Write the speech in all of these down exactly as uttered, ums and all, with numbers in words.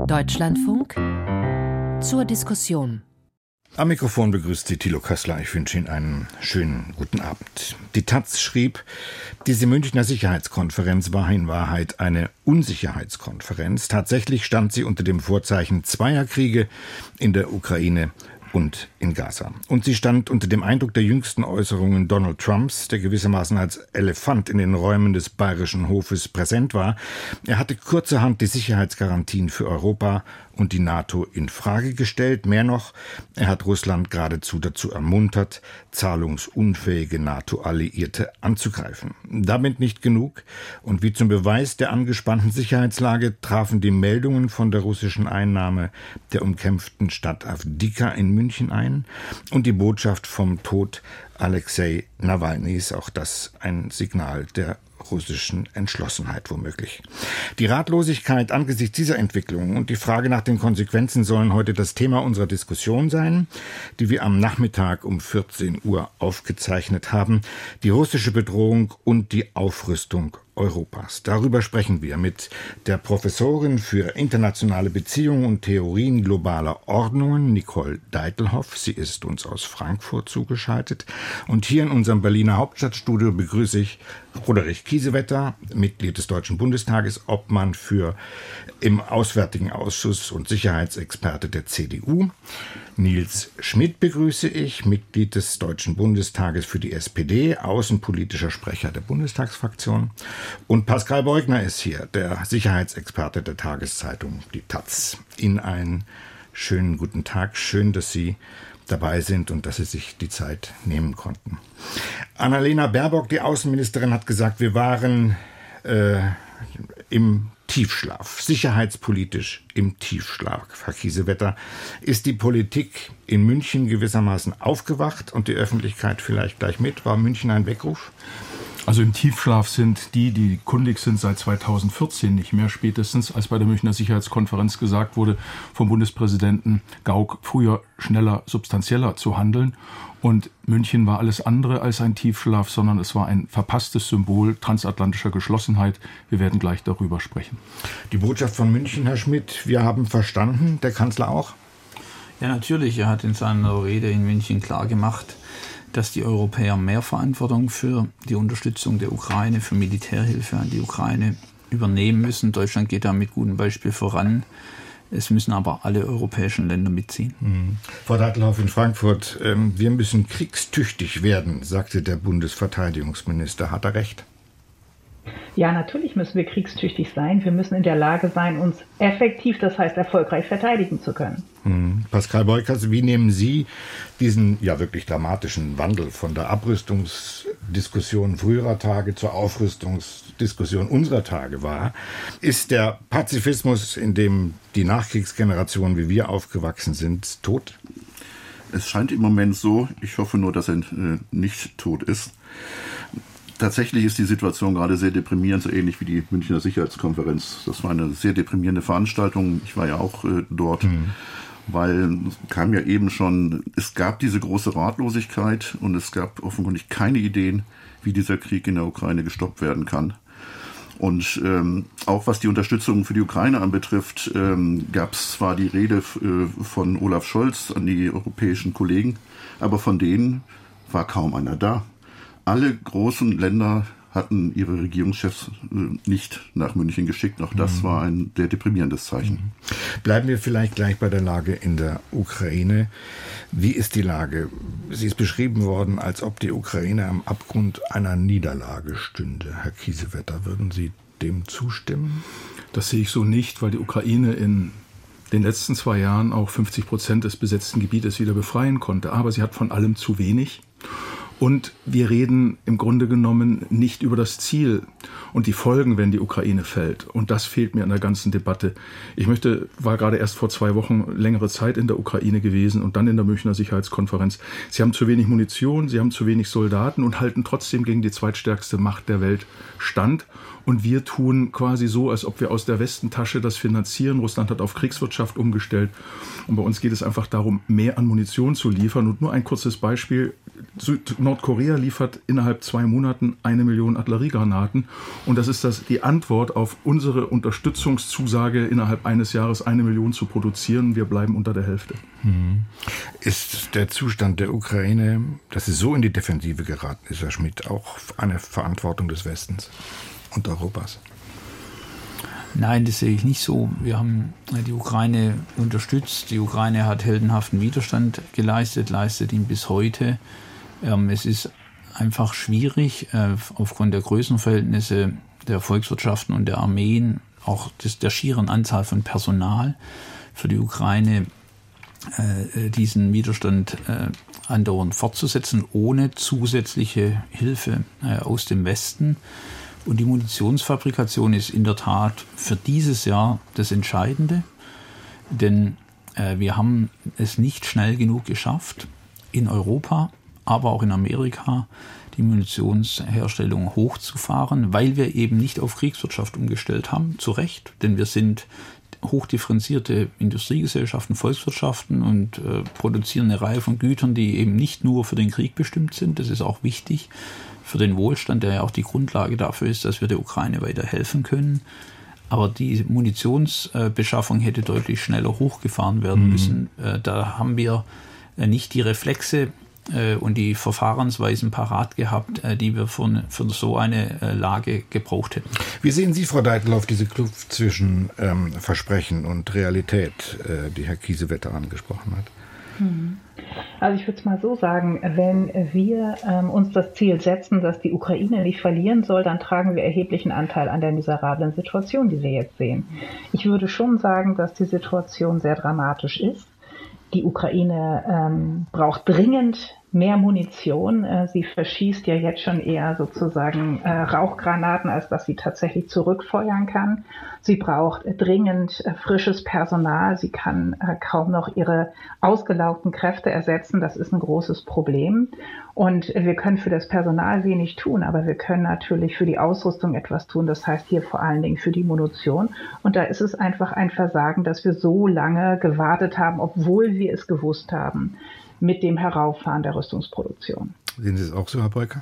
Deutschlandfunk zur Diskussion. Am Mikrofon begrüßt Sie Thilo Kössler. Ich wünsche Ihnen einen schönen guten Abend. Die Taz schrieb, diese Münchner Sicherheitskonferenz war in Wahrheit eine Unsicherheitskonferenz. Tatsächlich stand sie unter dem Vorzeichen zweier Kriege in der Ukraine und in Gaza. Und sie stand unter dem Eindruck der jüngsten Äußerungen Donald Trumps, der gewissermaßen als Elefant in den Räumen des Bayerischen Hofes präsent war. Er hatte kurzerhand die Sicherheitsgarantien für Europa und die NATO in Frage gestellt. Mehr noch, er hat Russland geradezu dazu ermuntert, zahlungsunfähige NATO-Alliierte anzugreifen. Damit nicht genug. Und wie zum Beweis der angespannten Sicherheitslage trafen die Meldungen von der russischen Einnahme der umkämpften Stadt Awdjika in München ein und die Botschaft vom Tod Alexei Nawalnys, auch das ein Signal der russischen Entschlossenheit womöglich. Die Ratlosigkeit angesichts dieser Entwicklung und die Frage nach den Konsequenzen sollen heute das Thema unserer Diskussion sein, die wir am Nachmittag um vierzehn Uhr aufgezeichnet haben. Die russische Bedrohung und die Aufrüstung Europas. Darüber sprechen wir mit der Professorin für internationale Beziehungen und Theorien globaler Ordnungen, Nicole Deitelhoff. Sie ist uns aus Frankfurt zugeschaltet. Und hier in unserem Berliner Hauptstadtstudio begrüße ich Roderich Kiesewetter, Mitglied des Deutschen Bundestages, Obmann für im Auswärtigen Ausschuss und Sicherheitsexperte der C D U. Nils Schmidt begrüße ich, Mitglied des Deutschen Bundestages für die S P D, außenpolitischer Sprecher der Bundestagsfraktion. Und Pascal Beugner ist hier, der Sicherheitsexperte der Tageszeitung Die Taz. Ihnen einen schönen guten Tag. Schön, dass Sie dabei sind und dass Sie sich die Zeit nehmen konnten. Annalena Baerbock, die Außenministerin, hat gesagt, wir waren äh, im Tiefschlaf, sicherheitspolitisch im Tiefschlaf. Herr Kiesewetter, ist die Politik in München gewissermaßen aufgewacht und die Öffentlichkeit vielleicht gleich mit? War München ein Weckruf? Also im Tiefschlaf sind die, die kundig sind seit zweitausendvierzehn nicht mehr, spätestens als bei der Münchner Sicherheitskonferenz gesagt wurde vom Bundespräsidenten Gauck, früher, schneller, substanzieller zu handeln. Und München war alles andere als ein Tiefschlaf, sondern es war ein verpasstes Symbol transatlantischer Geschlossenheit. Wir werden gleich darüber sprechen. Die Botschaft von München, Herr Schmidt, wir haben verstanden, der Kanzler auch? Ja, natürlich. Er hat in seiner Rede in München klargemacht, dass die Europäer mehr Verantwortung für die Unterstützung der Ukraine, für Militärhilfe an die Ukraine übernehmen müssen. Deutschland geht da mit gutem Beispiel voran. Es müssen aber alle europäischen Länder mitziehen. Mhm. Frau Deitelhoff in Frankfurt, ähm, wir müssen kriegstüchtig werden, sagte der Bundesverteidigungsminister. Hat er recht? Ja, natürlich müssen wir kriegstüchtig sein. Wir müssen in der Lage sein, uns effektiv, das heißt erfolgreich verteidigen zu können. Hm. Pascal Beukers, wie nehmen Sie diesen ja wirklich dramatischen Wandel von der Abrüstungsdiskussion früherer Tage zur Aufrüstungsdiskussion unserer Tage wahr? Ist der Pazifismus, in dem die Nachkriegsgenerationen wie wir aufgewachsen sind, tot? Es scheint im Moment so. Ich hoffe nur, dass er äh, nicht tot ist. Tatsächlich ist die Situation gerade sehr deprimierend, so ähnlich wie die Münchner Sicherheitskonferenz. Das war eine sehr deprimierende Veranstaltung. Ich war ja auch äh, dort, mhm. weil es kam ja eben schon, es gab diese große Ratlosigkeit und es gab offenkundig keine Ideen, wie dieser Krieg in der Ukraine gestoppt werden kann. Und ähm, auch was die Unterstützung für die Ukraine anbetrifft, ähm, gab es zwar die Rede äh, von Olaf Scholz an die europäischen Kollegen, aber von denen war kaum einer da. Alle großen Länder hatten ihre Regierungschefs nicht nach München geschickt. Auch das mhm. war ein sehr deprimierendes Zeichen. Mhm. Bleiben wir vielleicht gleich bei der Lage in der Ukraine. Wie ist die Lage? Sie ist beschrieben worden, als ob die Ukraine am Abgrund einer Niederlage stünde. Herr Kiesewetter, würden Sie dem zustimmen? Das sehe ich so nicht, weil die Ukraine in den letzten zwei Jahren auch fünfzig Prozent des besetzten Gebietes wieder befreien konnte. Aber sie hat von allem zu wenig. Und wir reden im Grunde genommen nicht über das Ziel und die Folgen, wenn die Ukraine fällt. Und das fehlt mir in der ganzen Debatte. Ich möchte, war gerade erst vor zwei Wochen längere Zeit in der Ukraine gewesen und dann in der Münchner Sicherheitskonferenz. Sie haben zu wenig Munition, sie haben zu wenig Soldaten und halten trotzdem gegen die zweitstärkste Macht der Welt stand. Und wir tun quasi so, als ob wir aus der Westentasche das finanzieren. Russland hat auf Kriegswirtschaft umgestellt. Und bei uns geht es einfach darum, mehr an Munition zu liefern. Und nur ein kurzes Beispiel. Süd- Nordkorea liefert innerhalb zwei Monaten eine Million Artilleriegranaten. Und das ist das, die Antwort auf unsere Unterstützungszusage, innerhalb eines Jahres eine Million zu produzieren. Wir bleiben unter der Hälfte. Hm. Ist der Zustand der Ukraine, dass sie so in die Defensive geraten ist, Herr Schmidt, auch eine Verantwortung des Westens und Europas? Nein, das sehe ich nicht so. Wir haben die Ukraine unterstützt. Die Ukraine hat heldenhaften Widerstand geleistet, leistet ihn bis heute. Ähm, es ist einfach schwierig, äh, aufgrund der Größenverhältnisse der Volkswirtschaften und der Armeen, auch des, der schieren Anzahl von Personal für die Ukraine, äh, diesen Widerstand äh, andauernd fortzusetzen, ohne zusätzliche Hilfe äh, aus dem Westen. Und die Munitionsfabrikation ist in der Tat für dieses Jahr das Entscheidende, denn äh, wir haben es nicht schnell genug geschafft, in Europa, aber auch in Amerika die Munitionsherstellung hochzufahren, weil wir eben nicht auf Kriegswirtschaft umgestellt haben, zu Recht, denn wir sind hochdifferenzierte Industriegesellschaften, Volkswirtschaften und äh, produzieren eine Reihe von Gütern, die eben nicht nur für den Krieg bestimmt sind. Das ist auch wichtig für den Wohlstand, der ja auch die Grundlage dafür ist, dass wir der Ukraine weiter helfen können. Aber die Munitionsbeschaffung hätte deutlich schneller hochgefahren werden mhm. müssen. Äh, da haben wir äh, nicht die Reflexe äh, und die Verfahrensweisen parat gehabt, äh, die wir für, für so eine äh, Lage gebraucht hätten. Wie sehen Sie, Frau Deitl, auf diese Kluft zwischen ähm, Versprechen und Realität, äh, die Herr Kiesewetter angesprochen hat? Also ich würde es mal so sagen, wenn wir ähm, uns das Ziel setzen, dass die Ukraine nicht verlieren soll, dann tragen wir erheblichen Anteil an der miserablen Situation, die wir jetzt sehen. Ich würde schon sagen, dass die Situation sehr dramatisch ist. Die Ukraine ähm, braucht dringend mehr Munition. Äh, sie verschießt ja jetzt schon eher sozusagen äh, Rauchgranaten, als dass sie tatsächlich zurückfeuern kann. Sie braucht äh, dringend äh, frisches Personal. Sie kann äh, kaum noch ihre ausgelaugten Kräfte ersetzen. Das ist ein großes Problem. Und äh, wir können für das Personal wenig tun, aber wir können natürlich für die Ausrüstung etwas tun. Das heißt hier vor allen Dingen für die Munition. Und da ist es einfach ein Versagen, dass wir so lange gewartet haben, obwohl wir es gewusst haben, mit dem Herauffahren der Rüstungsproduktion. Sehen Sie es auch so, Herr Beuker?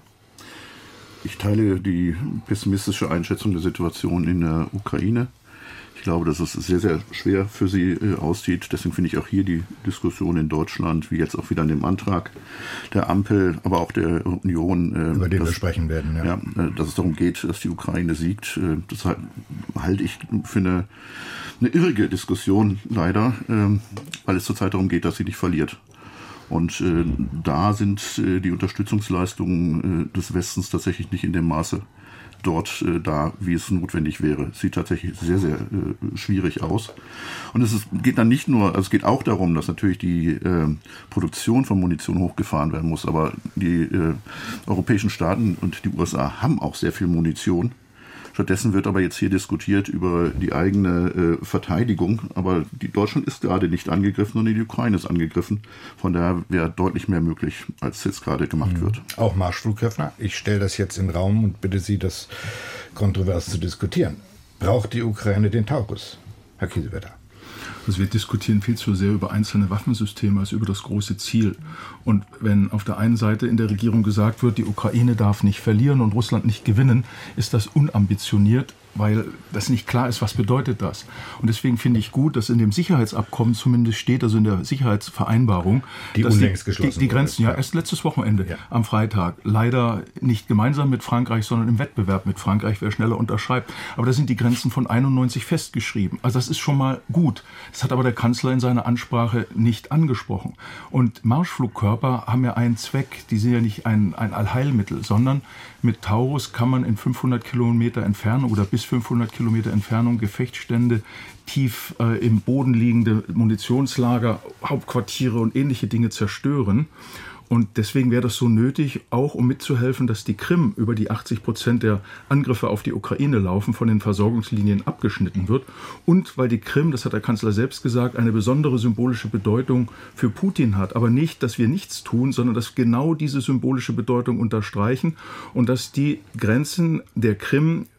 Ich teile die pessimistische Einschätzung der Situation in der Ukraine. Ich glaube, dass es sehr, sehr schwer für sie äh, aussieht. Deswegen finde ich auch hier die Diskussion in Deutschland, wie jetzt auch wieder an dem Antrag der Ampel, aber auch der Union. Äh, Über den dass, wir sprechen werden, ja. ja äh, dass es darum geht, dass die Ukraine siegt. Äh, das halt, halte ich für eine, eine irrige Diskussion, leider, äh, weil es zurzeit darum geht, dass sie nicht verliert. Und äh, da sind äh, die Unterstützungsleistungen äh, des Westens tatsächlich nicht in dem Maße dort äh, da, wie es notwendig wäre. Sieht tatsächlich sehr, sehr äh, schwierig aus. Und es ist, geht dann nicht nur, also es geht auch darum, dass natürlich die äh, Produktion von Munition hochgefahren werden muss, aber die äh, europäischen Staaten und die U S A haben auch sehr viel Munition. Stattdessen wird aber jetzt hier diskutiert über die eigene äh, Verteidigung. Aber die Deutschland ist gerade nicht angegriffen, sondern die Ukraine ist angegriffen. Von daher wäre deutlich mehr möglich, als jetzt gerade gemacht mhm. wird. Auch Marschflughöfner. Ich stelle das jetzt in den Raum und bitte Sie, das kontrovers zu diskutieren. Braucht die Ukraine den Taurus, Herr Kiesewetter? Also wir diskutieren viel zu sehr über einzelne Waffensysteme als über das große Ziel. Und wenn auf der einen Seite in der Regierung gesagt wird, die Ukraine darf nicht verlieren und Russland nicht gewinnen, ist das unambitioniert, weil das nicht klar ist, was bedeutet das. Und deswegen finde ich gut, dass in dem Sicherheitsabkommen zumindest steht, also in der Sicherheitsvereinbarung, die dass unlängst die, geschlossen die, die Grenzen, wurde. ja, erst letztes Wochenende ja. am Freitag, leider nicht gemeinsam mit Frankreich, sondern im Wettbewerb mit Frankreich, wer schneller unterschreibt. Aber da sind die Grenzen von einundneunzig festgeschrieben. Also das ist schon mal gut. Das hat aber der Kanzler in seiner Ansprache nicht angesprochen. Und Marschflugkörper haben ja einen Zweck, die sind ja nicht ein, ein Allheilmittel, sondern mit Taurus kann man in fünfhundert Kilometer Entfernung oder bis fünfhundert Kilometer Entfernung Gefechtsstände, tief äh, im Boden liegende Munitionslager, Hauptquartiere und ähnliche Dinge zerstören. Und deswegen wäre das so nötig, auch um mitzuhelfen, dass die Krim über die achtzig Prozent der Angriffe auf die Ukraine laufen, von den Versorgungslinien abgeschnitten wird. Und weil die Krim, das hat der Kanzler selbst gesagt, eine besondere symbolische Bedeutung für Putin hat. Aber nicht, dass wir nichts tun, sondern dass genau diese symbolische Bedeutung unterstreichen und dass die Grenzen der Krim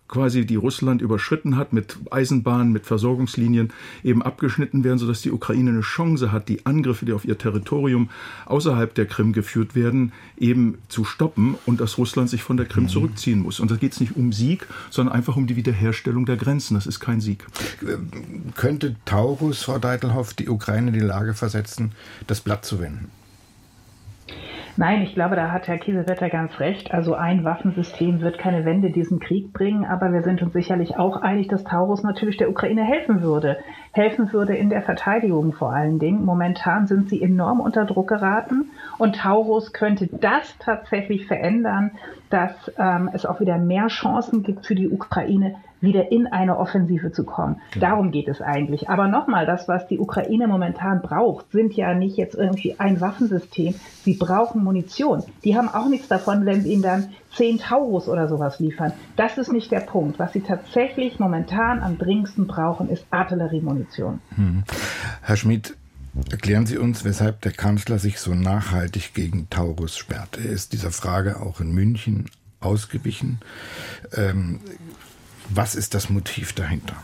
quasi, die Russland überschritten hat, mit Eisenbahnen, mit Versorgungslinien eben abgeschnitten werden, sodass die Ukraine eine Chance hat, die Angriffe, die auf ihr Territorium außerhalb der Krim geführt werden, eben zu stoppen und dass Russland sich von der Krim zurückziehen muss. Und da geht es nicht um Sieg, sondern einfach um die Wiederherstellung der Grenzen. Das ist kein Sieg. Könnte Taurus, Frau Deitelhoff, die Ukraine in die Lage versetzen, das Blatt zu wenden? Nein, ich glaube, da hat Herr Kiesewetter ganz recht. Also ein Waffensystem wird keine Wende in diesen Krieg bringen, aber wir sind uns sicherlich auch einig, dass Taurus natürlich der Ukraine helfen würde. Helfen würde in der Verteidigung vor allen Dingen. Momentan sind sie enorm unter Druck geraten und Taurus könnte das tatsächlich verändern, dass ähm, es auch wieder mehr Chancen gibt für die Ukraine, wieder in eine Offensive zu kommen. Genau. Darum geht es eigentlich. Aber nochmal, das, was die Ukraine momentan braucht, sind ja nicht jetzt irgendwie ein Waffensystem. Sie brauchen Munition. Die haben auch nichts davon, wenn wir ihnen dann zehn Taurus oder sowas liefern. Das ist nicht der Punkt. Was sie tatsächlich momentan am dringendsten brauchen, ist Artilleriemunition. Hm. Herr Schmid, erklären Sie uns, weshalb der Kanzler sich so nachhaltig gegen Taurus sperrt. Er ist dieser Frage auch in München ausgewichen. Ähm, Was ist das Motiv dahinter?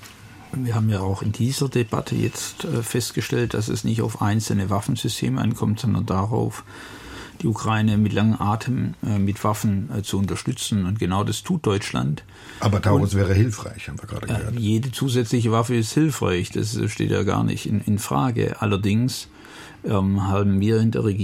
Wir haben ja auch in dieser Debatte jetzt festgestellt, dass es nicht auf einzelne Waffensysteme ankommt, sondern darauf, die Ukraine mit langem Atem mit Waffen zu unterstützen. Und genau das tut Deutschland. Aber Taurus wäre hilfreich, haben wir gerade gehört. Jede zusätzliche Waffe ist hilfreich, das steht ja gar nicht in, in Frage. Allerdings ähm, haben wir in der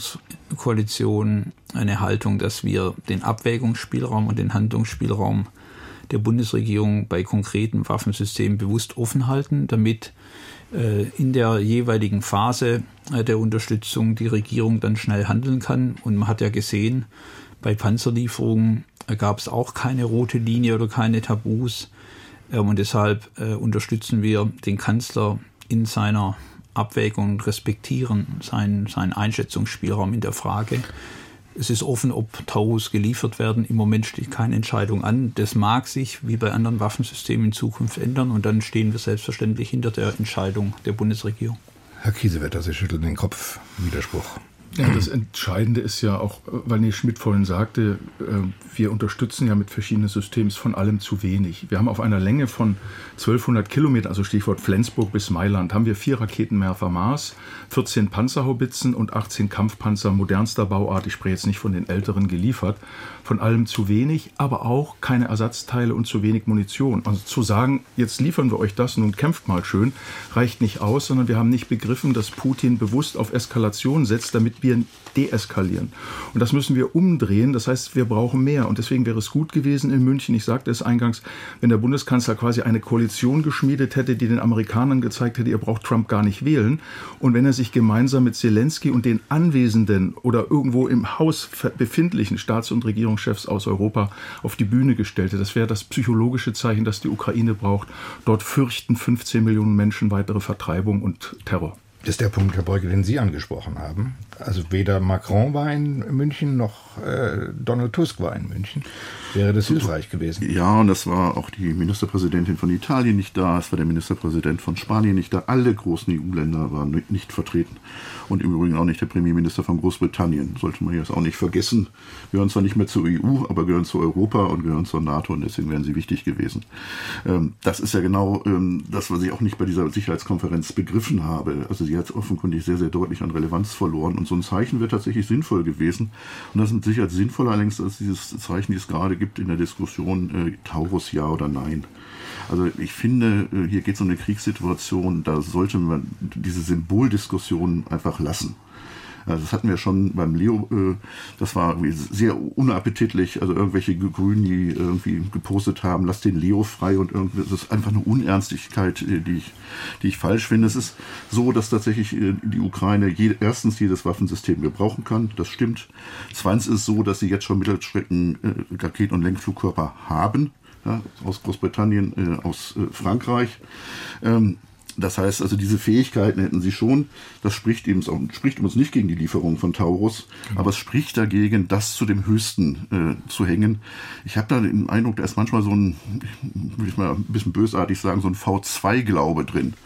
Regierungskoalition eine Haltung, dass wir den Abwägungsspielraum und den Handlungsspielraum der Bundesregierung bei konkreten Waffensystemen bewusst offen halten, damit äh, in der jeweiligen Phase äh, der Unterstützung die Regierung dann schnell handeln kann. Und man hat ja gesehen, bei Panzerlieferungen äh, gab es auch keine rote Linie oder keine Tabus. Äh, und deshalb äh, unterstützen wir den Kanzler in seiner Abwägung und respektieren seinen, seinen Einschätzungsspielraum in der Frage. Es ist offen, ob Taurus geliefert werden. Im Moment steht keine Entscheidung an. Das mag sich, wie bei anderen Waffensystemen, in Zukunft ändern. Und dann stehen wir selbstverständlich hinter der Entscheidung der Bundesregierung. Herr Kiesewetter, Sie schütteln den Kopf. Widerspruch. Ja, das Entscheidende ist ja auch, weil Herr Schmid vorhin sagte, wir unterstützen ja mit verschiedenen Systemen von allem zu wenig. Wir haben auf einer Länge von zwölfhundert Kilometern, also Stichwort Flensburg bis Mailand, haben wir vier Raketenwerfer Mars, vierzehn Panzerhaubitzen und achtzehn Kampfpanzer modernster Bauart. Ich spreche jetzt nicht von den älteren geliefert. Von allem zu wenig, aber auch keine Ersatzteile und zu wenig Munition. Also zu sagen, jetzt liefern wir euch das, nun kämpft mal schön, reicht nicht aus, sondern wir haben nicht begriffen, dass Putin bewusst auf Eskalation setzt, damit wir deeskalieren. Und das müssen wir umdrehen. Das heißt, wir brauchen mehr. Und deswegen wäre es gut gewesen in München, ich sagte es eingangs, wenn der Bundeskanzler quasi eine Koalition geschmiedet hätte, die den Amerikanern gezeigt hätte, ihr braucht Trump gar nicht wählen. Und wenn er sich gemeinsam mit Zelensky und den anwesenden oder irgendwo im Haus befindlichen Staats- und Regierungschefs aus Europa auf die Bühne gestellt hätte. Das wäre das psychologische Zeichen, das die Ukraine braucht. Dort fürchten fünfzehn Millionen Menschen weitere Vertreibung und Terror. Das ist der Punkt, Herr Beuge, den Sie angesprochen haben. Also weder Macron war in München noch äh, Donald Tusk war in München. Wäre das hilfreich gewesen? Ja, und das war auch die Ministerpräsidentin von Italien nicht da, es war der Ministerpräsident von Spanien nicht da. Alle großen E U-Länder waren nicht vertreten. Und im Übrigen auch nicht der Premierminister von Großbritannien. Sollte man jetzt auch nicht vergessen. Gehören zwar nicht mehr zur E U, aber gehören zu Europa und gehören zur NATO und deswegen wären sie wichtig gewesen. Ähm, das ist ja genau ähm, das, was ich auch nicht bei dieser Sicherheitskonferenz begriffen habe. Also sie hat offenkundig sehr, sehr deutlich an Relevanz verloren und so ein Zeichen wäre tatsächlich sinnvoll gewesen. Und das ist mit Sicherheit sinnvoller allerdings als dieses Zeichen, die es gerade gibt in der Diskussion, äh, Taurus ja oder nein. Also ich finde, hier geht es um eine Kriegssituation, da sollte man diese Symboldiskussion einfach lassen. Also das hatten wir schon beim Leo, das war sehr unappetitlich, also irgendwelche Grünen, die irgendwie gepostet haben, lass den Leo frei und irgendwie, das ist einfach eine Unernstigkeit, die ich, die ich falsch finde. Es ist so, dass tatsächlich die Ukraine jede, erstens jedes Waffensystem gebrauchen kann, das stimmt. Zweitens ist es so, dass sie jetzt schon Mittelstrecken Raketen- und Lenkflugkörper haben. Ja, aus Großbritannien, äh, aus äh, Frankreich. Ähm, das heißt, also diese Fähigkeiten hätten sie schon. Das spricht, eben, spricht uns nicht gegen die Lieferung von Taurus, genau. Aber es spricht dagegen, das zu dem Höchsten äh, zu hängen. Ich habe da den Eindruck, da ist manchmal so ein, würde ich mal ein bisschen bösartig sagen, so ein V zwei Glaube drin.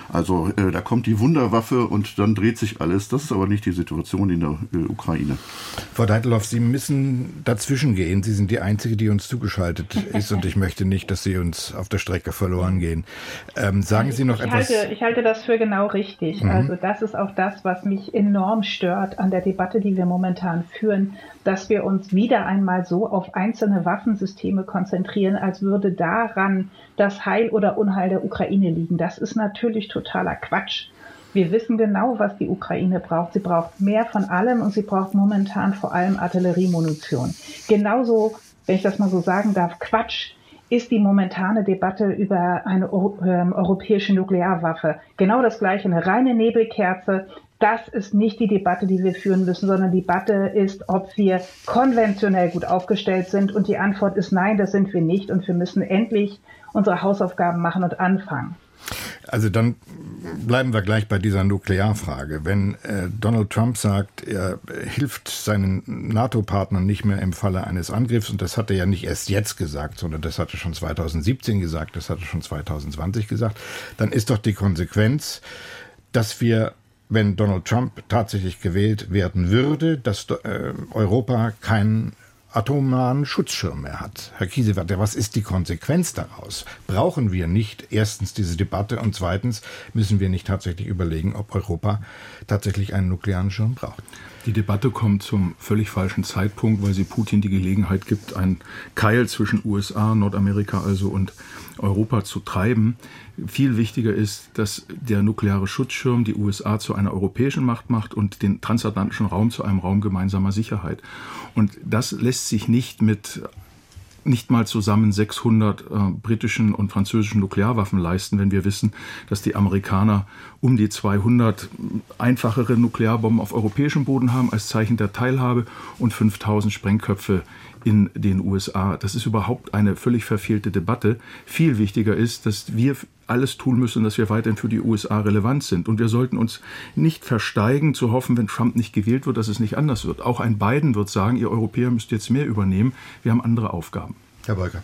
Also äh, da kommt die Wunderwaffe und dann dreht sich alles. Das ist aber nicht die Situation in der äh, Ukraine. Frau Deitelhoff, Sie müssen dazwischen gehen. Sie sind die Einzige, die uns zugeschaltet ist und ich möchte nicht, dass Sie uns auf der Strecke verloren gehen. Ähm, sagen Sie noch ich etwas? Halte, ich halte das für genau richtig. Mhm. Also das ist auch das, was mich enorm stört an der Debatte, die wir momentan führen, dass wir uns wieder einmal so auf einzelne Waffensysteme konzentrieren, als würde daran das Heil oder Unheil der Ukraine liegen. Das ist natürlich totaler Quatsch. Wir wissen genau, was die Ukraine braucht. Sie braucht mehr von allem und sie braucht momentan vor allem Artilleriemunition. Genauso, wenn ich das mal so sagen darf, Quatsch ist die momentane Debatte über eine äh, europäische Nuklearwaffe. Genau das Gleiche, eine reine Nebelkerze. Das ist nicht die Debatte, die wir führen müssen, sondern die Debatte ist, ob wir konventionell gut aufgestellt sind. Und die Antwort ist nein, das sind wir nicht. Und wir müssen endlich unsere Hausaufgaben machen und anfangen. Also dann bleiben wir gleich bei dieser Nuklearfrage. Wenn äh, Donald Trump sagt, er hilft seinen NATO-Partnern nicht mehr im Falle eines Angriffs, und das hat er ja nicht erst jetzt gesagt, sondern das hat er schon zweitausendsiebzehn gesagt, das hat er schon zweitausendzwanzig gesagt, dann ist doch die Konsequenz, dass wir, wenn Donald Trump tatsächlich gewählt werden würde, dass äh, Europa keinen atomnahen Schutzschirm mehr hat. Herr Kiesewetter, was ist die Konsequenz daraus? Brauchen wir nicht erstens diese Debatte und zweitens müssen wir nicht tatsächlich überlegen, ob Europa tatsächlich einen nuklearen Schirm braucht? Die Debatte kommt zum völlig falschen Zeitpunkt, weil sie Putin die Gelegenheit gibt, einen Keil zwischen U S A, Nordamerika also und Europa zu treiben. Viel wichtiger ist, dass der nukleare Schutzschirm die U S A zu einer europäischen Macht macht und den transatlantischen Raum zu einem Raum gemeinsamer Sicherheit. Und das lässt sich nicht mit nicht mal zusammen sechshundert äh, britischen und französischen Nuklearwaffen leisten, wenn wir wissen, dass die Amerikaner um die zweihundert einfachere Nuklearbomben auf europäischem Boden haben als Zeichen der Teilhabe und fünftausend Sprengköpfe in den U S A. Das ist überhaupt eine völlig verfehlte Debatte. Viel wichtiger ist, dass wir alles tun müssen, dass wir weiterhin für die U S A relevant sind. Und wir sollten uns nicht versteigen, zu hoffen, wenn Trump nicht gewählt wird, dass es nicht anders wird. Auch ein Biden wird sagen, ihr Europäer müsst jetzt mehr übernehmen. Wir haben andere Aufgaben. Herr Beuker.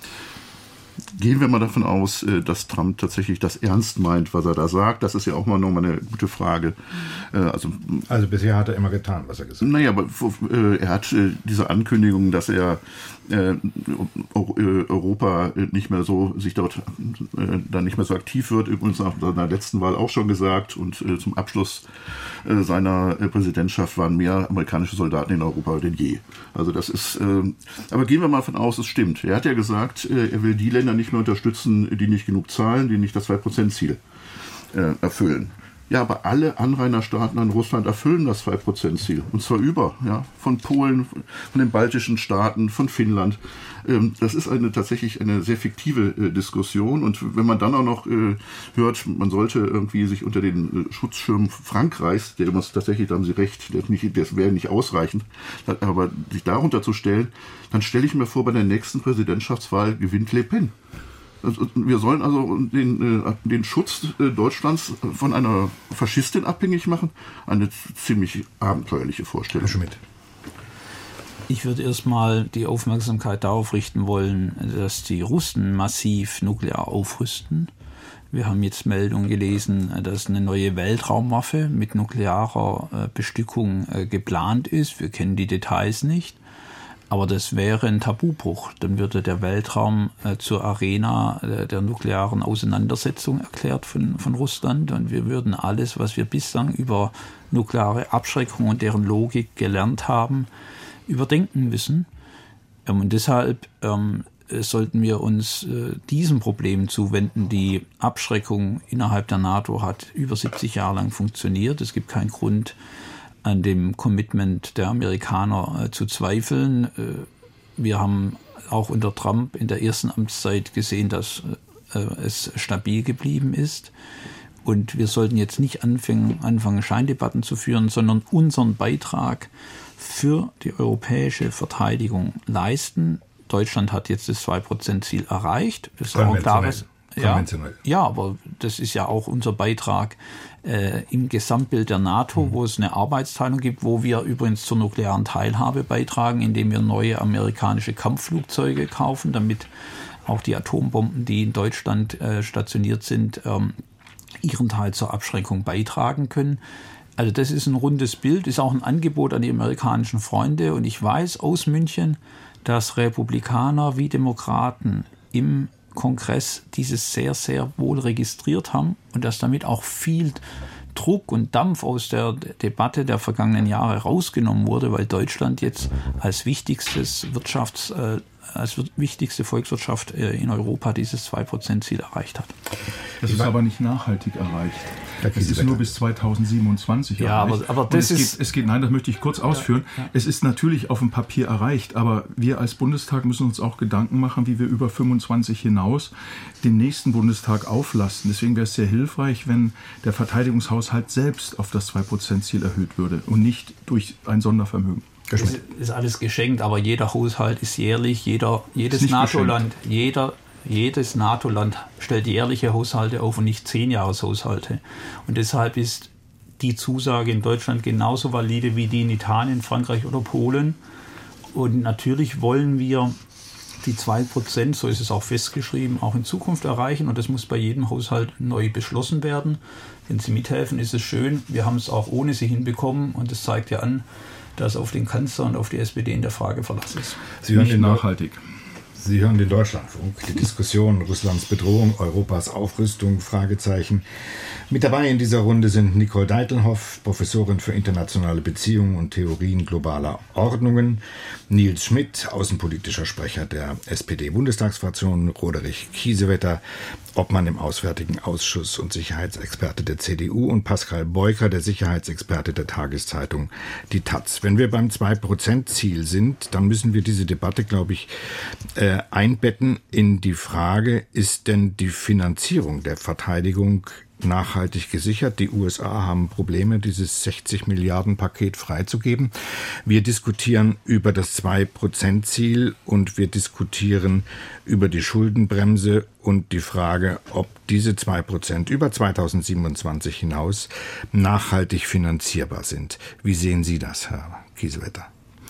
Gehen wir mal davon aus, dass Trump tatsächlich das ernst meint, was er da sagt. Das ist ja auch mal nochmal eine gute Frage. Also, also bisher hat er immer getan, was er gesagt hat. Naja, aber er hat diese Ankündigung, dass er Europa nicht mehr so, sich dort dann nicht mehr so aktiv wird, übrigens nach seiner letzten Wahl auch schon gesagt. Und zum Abschluss seiner Präsidentschaft waren mehr amerikanische Soldaten in Europa denn je. Also das ist, aber gehen wir mal davon aus, es stimmt. Er hat ja gesagt, er will die Länder nicht mehr unterstützen, die nicht genug zahlen, die nicht das zwei Prozent Ziel äh, erfüllen. Ja, aber alle Anrainerstaaten an Russland erfüllen das zwei Prozent Ziel. Und zwar über, ja, von Polen, von den baltischen Staaten, von Finnland. Ähm, das ist eine tatsächlich eine sehr fiktive äh, Diskussion. Und wenn man dann auch noch äh, hört, man sollte irgendwie sich unter den äh, Schutzschirm Frankreichs, der muss tatsächlich, da haben Sie recht, das, nicht, das wäre nicht ausreichend, aber sich darunter zu stellen, dann stelle ich mir vor, bei der nächsten Präsidentschaftswahl gewinnt Le Pen. Wir sollen also den, den Schutz Deutschlands von einer Faschistin abhängig machen. Eine ziemlich abenteuerliche Vorstellung. Herr Schmidt. Ich würde erstmal die Aufmerksamkeit darauf richten wollen, dass die Russen massiv nuklear aufrüsten. Wir haben jetzt Meldungen gelesen, dass eine neue Weltraumwaffe mit nuklearer Bestückung geplant ist. Wir kennen die Details nicht. Aber das wäre ein Tabubruch. Dann würde der Weltraum äh, zur Arena äh, der nuklearen Auseinandersetzung erklärt von, von Russland. Und wir würden alles, was wir bislang über nukleare Abschreckung und deren Logik gelernt haben, überdenken müssen. Ähm, und deshalb ähm, sollten wir uns äh, diesem Problem zuwenden. Die Abschreckung innerhalb der NATO hat über siebzig Jahre lang funktioniert. Es gibt keinen Grund, an dem Commitment der Amerikaner äh, zu zweifeln. Äh, wir haben auch unter Trump in der ersten Amtszeit gesehen, dass äh, es stabil geblieben ist. Und wir sollten jetzt nicht anfangen, anfangen, Scheindebatten zu führen, sondern unseren Beitrag für die europäische Verteidigung leisten. Deutschland hat jetzt das zwei Prozent Ziel erreicht. Das ist auch ein klares. Ja, ja, aber das ist ja auch unser Beitrag äh, im Gesamtbild der NATO, mhm. wo es eine Arbeitsteilung gibt, wo wir übrigens zur nuklearen Teilhabe beitragen, indem wir neue amerikanische Kampfflugzeuge kaufen, damit auch die Atombomben, die in Deutschland äh, stationiert sind, ähm, ihren Teil zur Abschreckung beitragen können. Also das ist ein rundes Bild, ist auch ein Angebot an die amerikanischen Freunde. Und ich weiß aus München, dass Republikaner wie Demokraten im Kongress dieses sehr, sehr wohl registriert haben und dass damit auch viel Druck und Dampf aus der Debatte der vergangenen Jahre rausgenommen wurde, weil Deutschland jetzt als wichtigstes Wirtschafts, äh, als wichtigste Volkswirtschaft äh, in Europa dieses zwei Prozent Ziel erreicht hat. Das ist aber nicht nachhaltig erreicht. Es ist nur bis zweitausendsiebenundzwanzig ja, erreicht. Aber, aber das es, ist geht, es geht, nein, das möchte ich kurz ausführen. Ja, ja. Es ist natürlich auf dem Papier erreicht, aber wir als Bundestag müssen uns auch Gedanken machen, wie wir über fünfundzwanzig hinaus den nächsten Bundestag auflasten. Deswegen wäre es sehr hilfreich, wenn der Verteidigungshaushalt selbst auf das zwei Prozent Ziel erhöht würde und nicht durch ein Sondervermögen. Das ist alles geschenkt, aber jeder Haushalt ist jährlich, jeder, jedes NATO-Land, jeder Jedes NATO-Land stellt jährliche Haushalte auf und nicht Zehnjahreshaushalte. Und deshalb ist die Zusage in Deutschland genauso valide wie die in Italien, Frankreich oder Polen. Und natürlich wollen wir die zwei Prozent, so ist es auch festgeschrieben, auch in Zukunft erreichen. Und das muss bei jedem Haushalt neu beschlossen werden. Wenn Sie mithelfen, ist es schön. Wir haben es auch ohne Sie hinbekommen. Und das zeigt ja an, dass auf den Kanzler und auf die S P D in der Frage Verlass ist. Sie hören nicht nachhaltig. Sie hören den Deutschlandfunk, die Diskussion Russlands Bedrohung, Europas Aufrüstung, Fragezeichen. Mit dabei in dieser Runde sind Nicole Deitelhoff, Professorin für internationale Beziehungen und Theorien globaler Ordnungen, Nils Schmidt, außenpolitischer Sprecher der S P D-Bundestagsfraktion, Roderich Kiesewetter, Obmann im Auswärtigen Ausschuss und Sicherheitsexperte der C D U und Pascal Beuker, der Sicherheitsexperte der Tageszeitung Die Taz. Wenn wir beim zwei Prozent Ziel sind, dann müssen wir diese Debatte, glaube ich, äh, einbetten in die Frage, ist denn die Finanzierung der Verteidigung nachhaltig gesichert? Die U S A haben Probleme, dieses sechzig Milliarden Paket freizugeben. Wir diskutieren über das zwei Prozent Ziel und wir diskutieren über die Schuldenbremse und die Frage, ob diese zwei Prozent über zweitausendsiebenundzwanzig hinaus nachhaltig finanzierbar sind. Wie sehen Sie das, Herr Kiesewetter?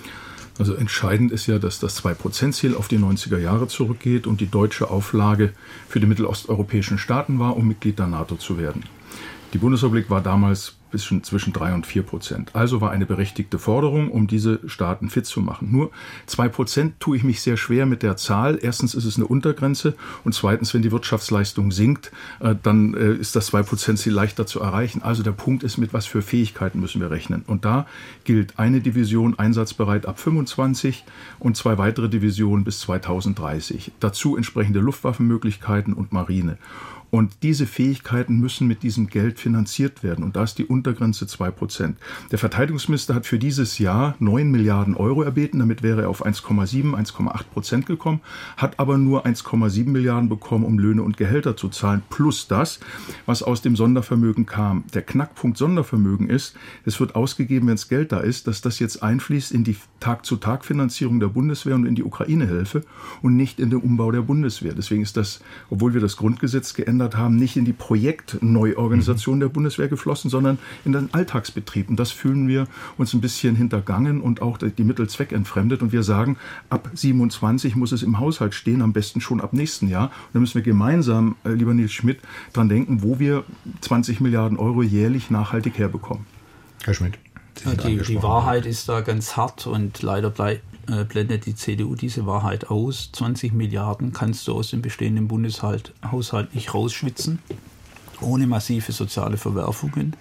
Also entscheidend ist ja, dass das zwei Prozent Ziel auf die neunziger Jahre zurückgeht und die deutsche Auflage für die mittelosteuropäischen Staaten war, um Mitglied der NATO zu werden. Die Bundesrepublik war damals bisschen zwischen drei und vier Prozent. Also war eine berechtigte Forderung, um diese Staaten fit zu machen. Nur zwei Prozent tue ich mich sehr schwer mit der Zahl. Erstens ist es eine Untergrenze und zweitens, wenn die Wirtschaftsleistung sinkt, dann ist das zwei Prozent Ziel leichter zu erreichen. Also der Punkt ist, mit was für Fähigkeiten müssen wir rechnen. Und da gilt eine Division einsatzbereit ab fünfundzwanzig und zwei weitere Divisionen bis zweitausenddreißig. Dazu entsprechende Luftwaffenmöglichkeiten und Marine. Und diese Fähigkeiten müssen mit diesem Geld finanziert werden. Und da ist die Untergrenze zwei Prozent. Der Verteidigungsminister hat für dieses Jahr neun Milliarden Euro erbeten. Damit wäre er auf eins Komma sieben, eins Komma acht Prozent gekommen, hat aber nur eins Komma sieben Milliarden bekommen, um Löhne und Gehälter zu zahlen, plus das, was aus dem Sondervermögen kam. Der Knackpunkt Sondervermögen ist, es wird ausgegeben, wenn das Geld da ist, dass das jetzt einfließt in die Tag-zu-Tag-Finanzierung der Bundeswehr und in die Ukraine-Hilfe und nicht in den Umbau der Bundeswehr. Deswegen ist das, obwohl wir das Grundgesetz geändert haben, nicht in die Projektneuorganisation der Bundeswehr geflossen, sondern in den Alltagsbetrieb. Und das fühlen wir uns ein bisschen hintergangen und auch die Mittel zweckentfremdet. Und wir sagen, ab siebenundzwanzig muss es im Haushalt stehen, am besten schon ab nächsten Jahr. Und da müssen wir gemeinsam, äh, lieber Nils Schmidt, dran denken, wo wir zwanzig Milliarden Euro jährlich nachhaltig herbekommen. Herr Schmidt. Die, die Wahrheit ist da ganz hart und leider bleibt blendet die C D U diese Wahrheit aus. zwanzig Milliarden kannst du aus dem bestehenden Bundeshaushalt nicht rausschwitzen, ohne massive soziale Verwerfungen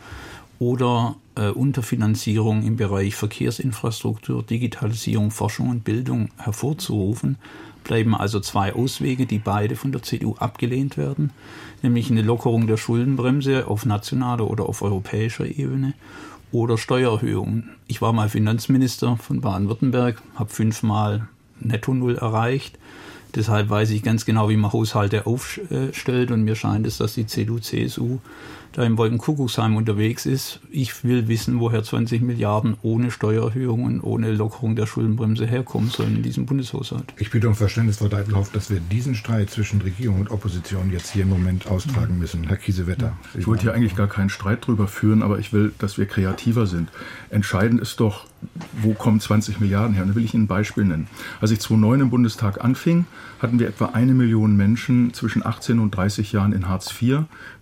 oder äh, Unterfinanzierung im Bereich Verkehrsinfrastruktur, Digitalisierung, Forschung und Bildung hervorzurufen. Bleiben also zwei Auswege, die beide von der C D U abgelehnt werden, nämlich eine Lockerung der Schuldenbremse auf nationaler oder auf europäischer Ebene oder Steuererhöhungen. Ich war mal Finanzminister von Baden-Württemberg, habe fünfmal Netto Null erreicht. Deshalb weiß ich ganz genau, wie man Haushalte aufstellt und mir scheint es, dass die C D U, C S U da im Wolkenkuckucksheim unterwegs ist. Ich will wissen, woher zwanzig Milliarden ohne Steuererhöhungen, ohne Lockerung der Schuldenbremse herkommen sollen in diesem Bundeshaushalt. Ich bitte um Verständnis, Frau Deitelhoff, dass wir diesen Streit zwischen Regierung und Opposition jetzt hier im Moment austragen müssen. Herr Kiesewetter. Ich wollte hier eigentlich gar keinen Streit drüber führen, aber ich will, dass wir kreativer sind. Entscheidend ist doch, wo kommen zwanzig Milliarden her? Und da will ich Ihnen ein Beispiel nennen. Als ich zweitausendneun im Bundestag anfing, hatten wir etwa eine Million Menschen zwischen achtzehn und dreißig Jahren in Hartz vier.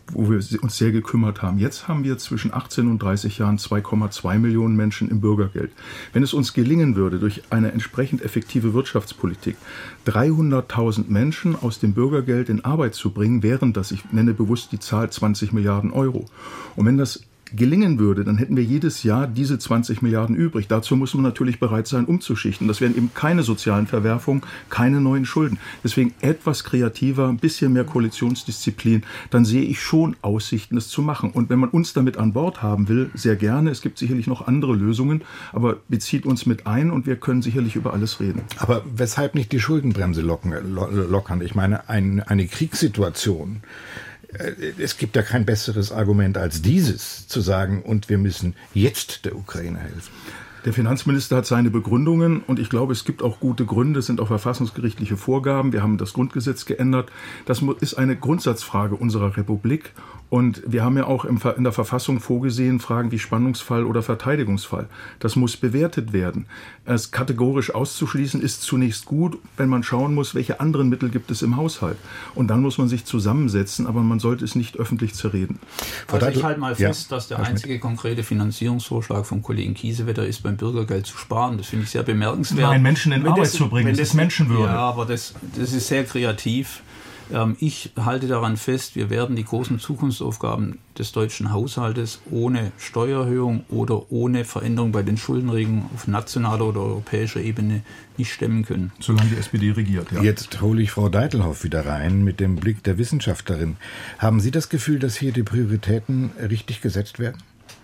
wo wir uns sehr gekümmert haben. Jetzt haben wir zwischen achtzehn und dreißig Jahren zwei Komma zwei Millionen Menschen im Bürgergeld. Wenn es uns gelingen würde, durch eine entsprechend effektive Wirtschaftspolitik dreihunderttausend Menschen aus dem Bürgergeld in Arbeit zu bringen, wären das, ich nenne bewusst die Zahl, zwanzig Milliarden Euro. Und wenn das gelingen würde, dann hätten wir jedes Jahr diese zwanzig Milliarden übrig. Dazu muss man natürlich bereit sein, umzuschichten. Das wären eben keine sozialen Verwerfungen, keine neuen Schulden. Deswegen etwas kreativer, ein bisschen mehr Koalitionsdisziplin. Dann sehe ich schon Aussichten, es zu machen. Und wenn man uns damit an Bord haben will, sehr gerne. Es gibt sicherlich noch andere Lösungen, aber bezieht uns mit ein und wir können sicherlich über alles reden. Aber weshalb nicht die Schuldenbremse locken, lockern? Ich meine, ein, eine Kriegssituation. Es gibt ja kein besseres Argument als dieses, zu sagen, und wir müssen jetzt der Ukraine helfen. Der Finanzminister hat seine Begründungen und ich glaube, es gibt auch gute Gründe, es sind auch verfassungsgerichtliche Vorgaben. Wir haben das Grundgesetz geändert. Das ist eine Grundsatzfrage unserer Republik. Und wir haben ja auch in der Verfassung vorgesehen, Fragen wie Spannungsfall oder Verteidigungsfall. Das muss bewertet werden. Es kategorisch auszuschließen ist zunächst gut, wenn man schauen muss, welche anderen Mittel gibt es im Haushalt. Und dann muss man sich zusammensetzen, aber man sollte es nicht öffentlich zerreden. Also ich halte mal fest, ja, dass der einzige konkrete Finanzierungsvorschlag vom Kollegen Kiesewetter ist, beim Bürgergeld zu sparen. Das finde ich sehr bemerkenswert. Nein, Menschen in Arbeit das, zu bringen, das ist Menschenwürde. Ja, aber das, das ist sehr kreativ. Ich halte daran fest, wir werden die großen Zukunftsaufgaben des deutschen Haushaltes ohne Steuererhöhung oder ohne Veränderung bei den Schuldenregeln auf nationaler oder europäischer Ebene nicht stemmen können. Solange die S P D regiert, ja. Jetzt hole ich Frau Deitelhoff wieder rein mit dem Blick der Wissenschaftlerin. Haben Sie das Gefühl, dass hier die Prioritäten richtig gesetzt werden?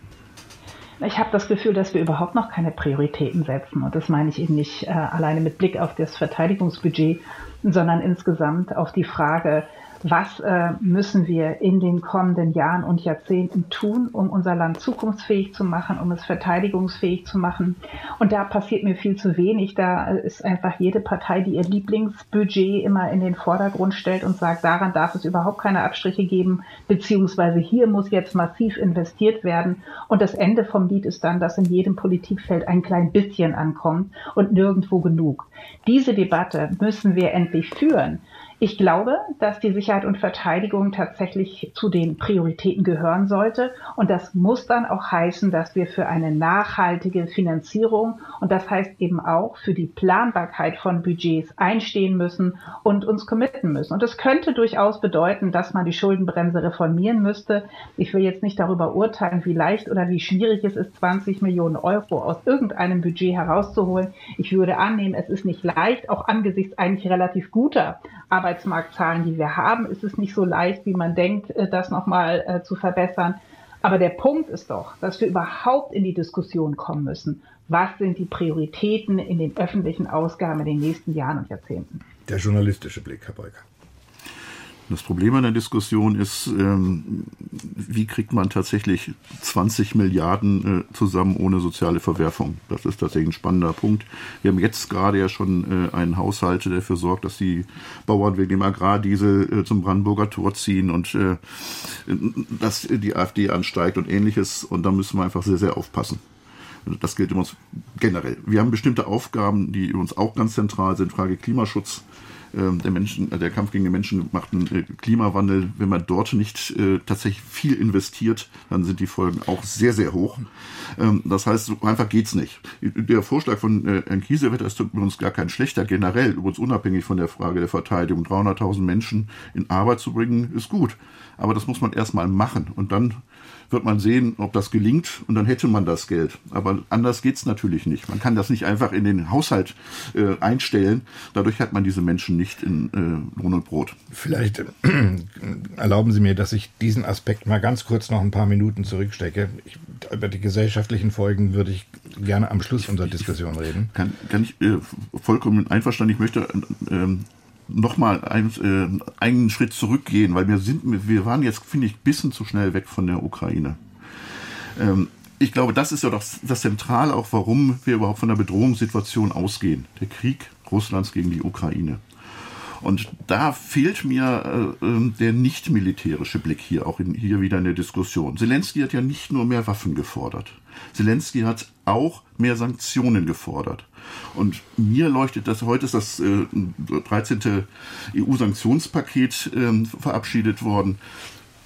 Ich habe das Gefühl, dass wir überhaupt noch keine Prioritäten setzen. Und das meine ich eben nicht äh, alleine mit Blick auf das Verteidigungsbudget, sondern insgesamt auf die Frage, was äh, müssen wir in den kommenden Jahren und Jahrzehnten tun, um unser Land zukunftsfähig zu machen, um es verteidigungsfähig zu machen. Und da passiert mir viel zu wenig. Da ist einfach jede Partei, die ihr Lieblingsbudget immer in den Vordergrund stellt und sagt, daran darf es überhaupt keine Abstriche geben, beziehungsweise hier muss jetzt massiv investiert werden. Und das Ende vom Lied ist dann, dass in jedem Politikfeld ein klein bisschen ankommt und nirgendwo genug. Diese Debatte müssen wir endlich führen. Ich glaube, dass die Sicherheit und Verteidigung tatsächlich zu den Prioritäten gehören sollte. Und das muss dann auch heißen, dass wir für eine nachhaltige Finanzierung und das heißt eben auch für die Planbarkeit von Budgets einstehen müssen und uns committen müssen. Und das könnte durchaus bedeuten, dass man die Schuldenbremse reformieren müsste. Ich will jetzt nicht darüber urteilen, wie leicht oder wie schwierig es ist, zwanzig Millionen Euro aus irgendeinem Budget herauszuholen. Ich würde annehmen, es ist nicht leicht, auch angesichts eigentlich relativ guter Arbeitsmarktzahlen, die wir haben, ist es nicht so leicht, wie man denkt, das nochmal äh, zu verbessern. Aber der Punkt ist doch, dass wir überhaupt in die Diskussion kommen müssen. Was sind die Prioritäten in den öffentlichen Ausgaben in den nächsten Jahren und Jahrzehnten? Der journalistische Blick, Herr Beuker. Das Problem an der Diskussion ist, ähm, wie kriegt man tatsächlich zwanzig Milliarden äh, zusammen ohne soziale Verwerfung? Das ist tatsächlich ein spannender Punkt. Wir haben jetzt gerade ja schon äh, einen Haushalt, der dafür sorgt, dass die Bauern wegen dem Agrardiesel äh, zum Brandenburger Tor ziehen und äh, dass die AfD ansteigt und Ähnliches. Und da müssen wir einfach sehr, sehr aufpassen. Das gilt uns generell. Wir haben bestimmte Aufgaben, die uns auch ganz zentral sind. Frage Klimaschutz. Der, Menschen, der Kampf gegen den menschengemachten Klimawandel, wenn man dort nicht äh, tatsächlich viel investiert, dann sind die Folgen auch sehr, sehr hoch. Ähm, das heißt, so einfach geht's nicht. Der Vorschlag von äh, Herrn Kiesewetter ist übrigens gar kein schlechter, generell, übrigens unabhängig von der Frage der Verteidigung. dreihunderttausend Menschen in Arbeit zu bringen, ist gut. Aber das muss man erstmal machen und dann wird man sehen, ob das gelingt und dann hätte man das Geld. Aber anders geht's natürlich nicht. Man kann das nicht einfach in den Haushalt äh, einstellen. Dadurch hat man diese Menschen nicht in äh, Lohn und Brot. Vielleicht äh, erlauben Sie mir, dass ich diesen Aspekt mal ganz kurz noch ein paar Minuten zurückstecke. Ich, über die gesellschaftlichen Folgen würde ich gerne am Schluss unserer Diskussion reden. Kann, kann ich äh, vollkommen einverstanden. Ich möchte äh, nochmal ein, äh, einen Schritt zurückgehen, weil wir sind, wir waren jetzt, finde ich, ein bisschen zu schnell weg von der Ukraine. Ähm, ich glaube, das ist ja doch das Zentrale auch, warum wir überhaupt von der Bedrohungssituation ausgehen. Der Krieg Russlands gegen die Ukraine. Und da fehlt mir äh, der nicht militärische Blick hier, auch in, hier wieder in der Diskussion. Zelensky hat ja nicht nur mehr Waffen gefordert. Zelensky hat auch mehr Sanktionen gefordert. Und mir leuchtet das, heute ist das äh, dreizehnte E U-Sanktionspaket äh, verabschiedet worden.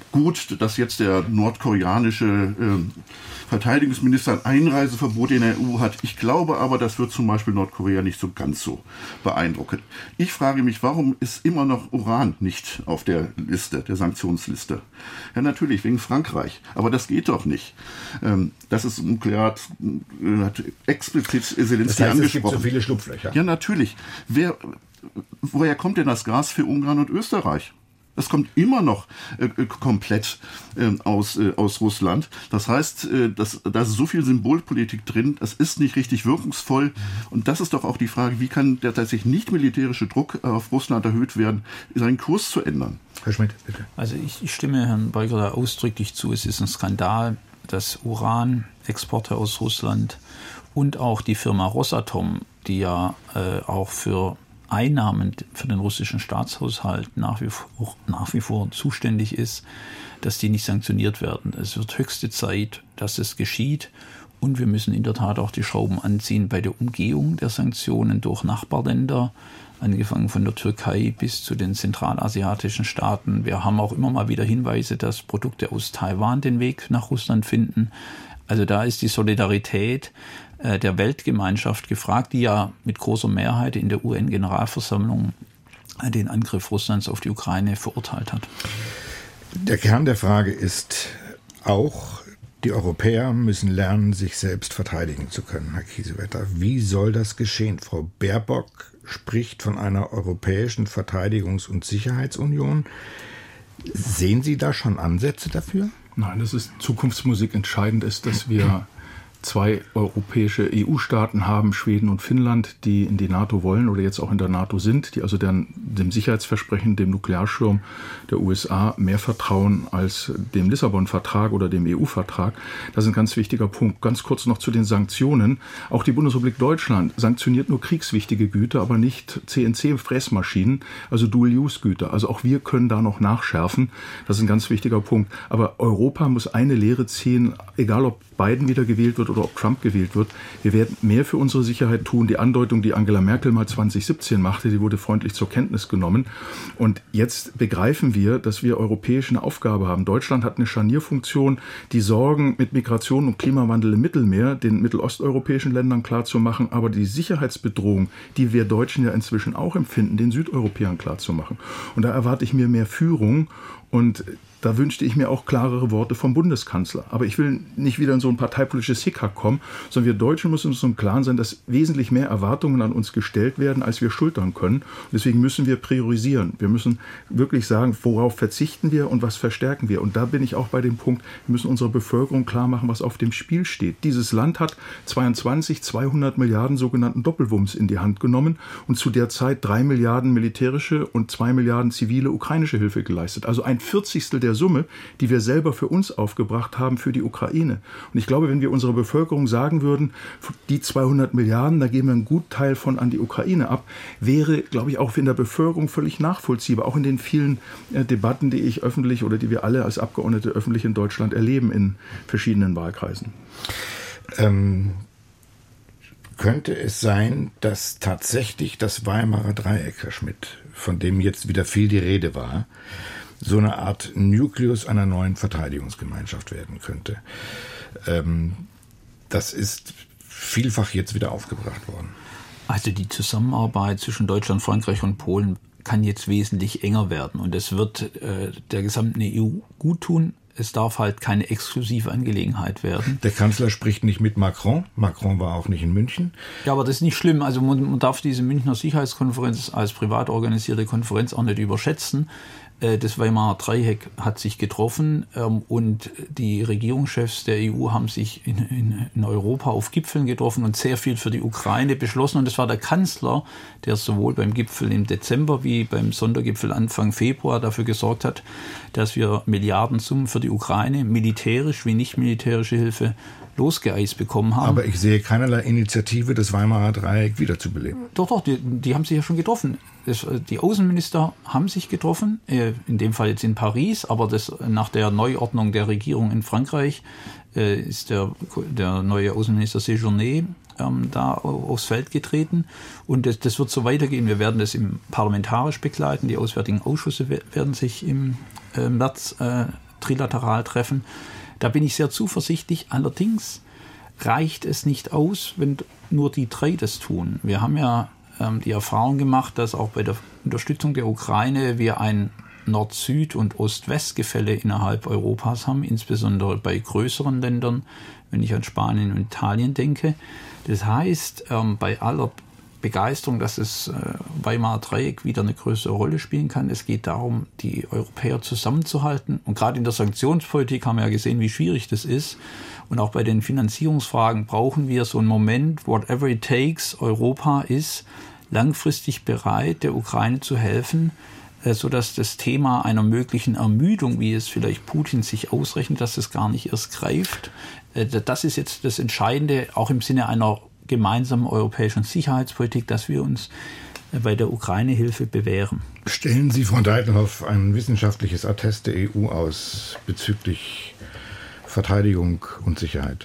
gut, dass jetzt der nordkoreanische äh, Verteidigungsminister ein Einreiseverbot in der E U hat. Ich glaube aber, das wird zum Beispiel Nordkorea nicht so ganz so beeindrucken. Ich frage mich, warum ist immer noch Uran nicht auf der Liste, der Sanktionsliste? Ja, natürlich, wegen Frankreich. Aber das geht doch nicht. Ähm, das ist nuklear, äh, hat explizit Zelensky das heißt, angesprochen. Es gibt so viele Schlupflöcher. Ja, natürlich. Wer, woher kommt denn das Gas für Ungarn und Österreich? Das kommt immer noch äh, komplett äh, aus, äh, aus Russland. Das heißt, äh, dass, da ist so viel Symbolpolitik drin, das ist nicht richtig wirkungsvoll. Und das ist doch auch die Frage, wie kann der tatsächlich nicht militärische Druck auf Russland erhöht werden, seinen Kurs zu ändern? Herr Schmidt, bitte. Also ich, ich stimme Herrn Beuger da ausdrücklich zu. Es ist ein Skandal, dass Uranexporte aus Russland und auch die Firma Rosatom, die ja äh, auch für Einnahmen für den russischen Staatshaushalt nach wie vor, nach wie vor zuständig ist, dass die nicht sanktioniert werden. Es wird höchste Zeit, dass es geschieht. Und wir müssen in der Tat auch die Schrauben anziehen bei der Umgehung der Sanktionen durch Nachbarländer, angefangen von der Türkei bis zu den zentralasiatischen Staaten. Wir haben auch immer mal wieder Hinweise, dass Produkte aus Taiwan den Weg nach Russland finden. Also da ist die Solidarität der Weltgemeinschaft gefragt, die ja mit großer Mehrheit in der U N-Generalversammlung den Angriff Russlands auf die Ukraine verurteilt hat. Der Kern der Frage ist auch, die Europäer müssen lernen, sich selbst verteidigen zu können, Herr Kiesewetter. Wie soll das geschehen? Frau Baerbock spricht von einer europäischen Verteidigungs- und Sicherheitsunion. Sehen Sie da schon Ansätze dafür? Nein, das ist Zukunftsmusik. Entscheidend ist, dass wir zwei europäische E U-Staaten haben, Schweden und Finnland, die in die NATO wollen oder jetzt auch in der NATO sind, die also dann dem Sicherheitsversprechen, dem Nuklearschirm der U S A mehr vertrauen als dem Lissabon-Vertrag oder dem E U-Vertrag. Das ist ein ganz wichtiger Punkt. Ganz kurz noch zu den Sanktionen. Auch die Bundesrepublik Deutschland sanktioniert nur kriegswichtige Güter, aber nicht C N C-Fräsmaschinen, also Dual-Use-Güter. Also auch wir können da noch nachschärfen. Das ist ein ganz wichtiger Punkt. Aber Europa muss eine Lehre ziehen, egal ob Biden wieder gewählt wird oder ob Trump gewählt wird. Wir werden mehr für unsere Sicherheit tun. Die Andeutung, die Angela Merkel mal zwanzig siebzehn machte, die wurde freundlich zur Kenntnis genommen. Und jetzt begreifen wir, dass wir europäisch eine Aufgabe haben. Deutschland hat eine Scharnierfunktion, die Sorgen mit Migration und Klimawandel im Mittelmeer den mittelosteuropäischen Ländern klarzumachen, aber die Sicherheitsbedrohung, die wir Deutschen ja inzwischen auch empfinden, den Südeuropäern klarzumachen. Und da erwarte ich mir mehr Führung und da wünschte ich mir auch klarere Worte vom Bundeskanzler. Aber ich will nicht wieder in so ein parteipolitisches Hickhack kommen, sondern wir Deutschen müssen uns im Klaren sein, dass wesentlich mehr Erwartungen an uns gestellt werden, als wir schultern können. Und deswegen müssen wir priorisieren. Wir müssen wirklich sagen, worauf verzichten wir und was verstärken wir. Und da bin ich auch bei dem Punkt, wir müssen unserer Bevölkerung klar machen, was auf dem Spiel steht. Dieses Land hat zweiundzwanzig zweihundert Milliarden sogenannten Doppelwumms in die Hand genommen und zu der Zeit drei Milliarden militärische und zwei Milliarden zivile ukrainische Hilfe geleistet. Also ein Vierzigstel der Summe, die wir selber für uns aufgebracht haben, für die Ukraine. Und ich glaube, wenn wir unserer Bevölkerung sagen würden, die zweihundert Milliarden, da geben wir einen guten Teil von an die Ukraine ab, wäre, glaube ich, auch in der Bevölkerung völlig nachvollziehbar. Auch in den vielen äh, Debatten, die ich öffentlich oder die wir alle als Abgeordnete öffentlich in Deutschland erleben in verschiedenen Wahlkreisen. Ähm, könnte es sein, dass tatsächlich das Weimarer Dreieck, Herr Schmidt, von dem jetzt wieder viel die Rede war, so eine Art Nukleus einer neuen Verteidigungsgemeinschaft werden könnte? Ähm, das ist vielfach jetzt wieder aufgebracht worden. Also die Zusammenarbeit zwischen Deutschland, Frankreich und Polen kann jetzt wesentlich enger werden. Und es wird äh, der gesamten E U gut tun. Es darf halt keine exklusive Angelegenheit werden. Der Kanzler spricht nicht mit Macron. Macron war auch nicht in München. Ja, aber das ist nicht schlimm. Also man, man darf diese Münchner Sicherheitskonferenz als privat organisierte Konferenz auch nicht überschätzen. Das Weimarer Dreieck hat sich getroffen und die Regierungschefs der E U haben sich in, in, in Europa auf Gipfeln getroffen und sehr viel für die Ukraine beschlossen. Und es war der Kanzler, der sowohl beim Gipfel im Dezember wie beim Sondergipfel Anfang Februar dafür gesorgt hat, dass wir Milliardensummen für die Ukraine, militärisch wie nicht militärische Hilfe, losgeeist bekommen haben. Aber ich sehe keinerlei Initiative, das Weimarer Dreieck wiederzubeleben. Doch, doch, die, die haben sich ja schon getroffen. Das, die Außenminister haben sich getroffen, in dem Fall jetzt in Paris, aber das, nach der Neuordnung der Regierung in Frankreich äh, ist der, der neue Außenminister Séjourné ähm, da aufs Feld getreten. Und das, das wird so weitergehen. Wir werden das im parlamentarisch begleiten. Die auswärtigen Ausschüsse werden sich im äh, März äh, trilateral treffen. Da bin ich sehr zuversichtlich. Allerdings reicht es nicht aus, wenn nur die drei das tun. Wir haben ja ähm, die Erfahrung gemacht, dass auch bei der Unterstützung der Ukraine wir ein Nord-Süd- und Ost-West-Gefälle innerhalb Europas haben, insbesondere bei größeren Ländern, wenn ich an Spanien und Italien denke. Das heißt, ähm, bei aller Begeisterung, dass das äh, Weimarer Dreieck wieder eine größere Rolle spielen kann, es geht darum, die Europäer zusammenzuhalten. Und gerade in der Sanktionspolitik haben wir ja gesehen, wie schwierig das ist. Und auch bei den Finanzierungsfragen brauchen wir so einen Moment, whatever it takes, Europa ist langfristig bereit, der Ukraine zu helfen, sodass das Thema einer möglichen Ermüdung, wie es vielleicht Putin sich ausrechnet, dass es gar nicht erst greift. Das ist jetzt das Entscheidende, auch im Sinne einer gemeinsamen europäischen Sicherheitspolitik, dass wir uns bei der Ukraine-Hilfe bewähren. Stellen Sie, Frau Deitelhoff, ein wissenschaftliches Attest der E U aus bezüglich Verteidigung und Sicherheit?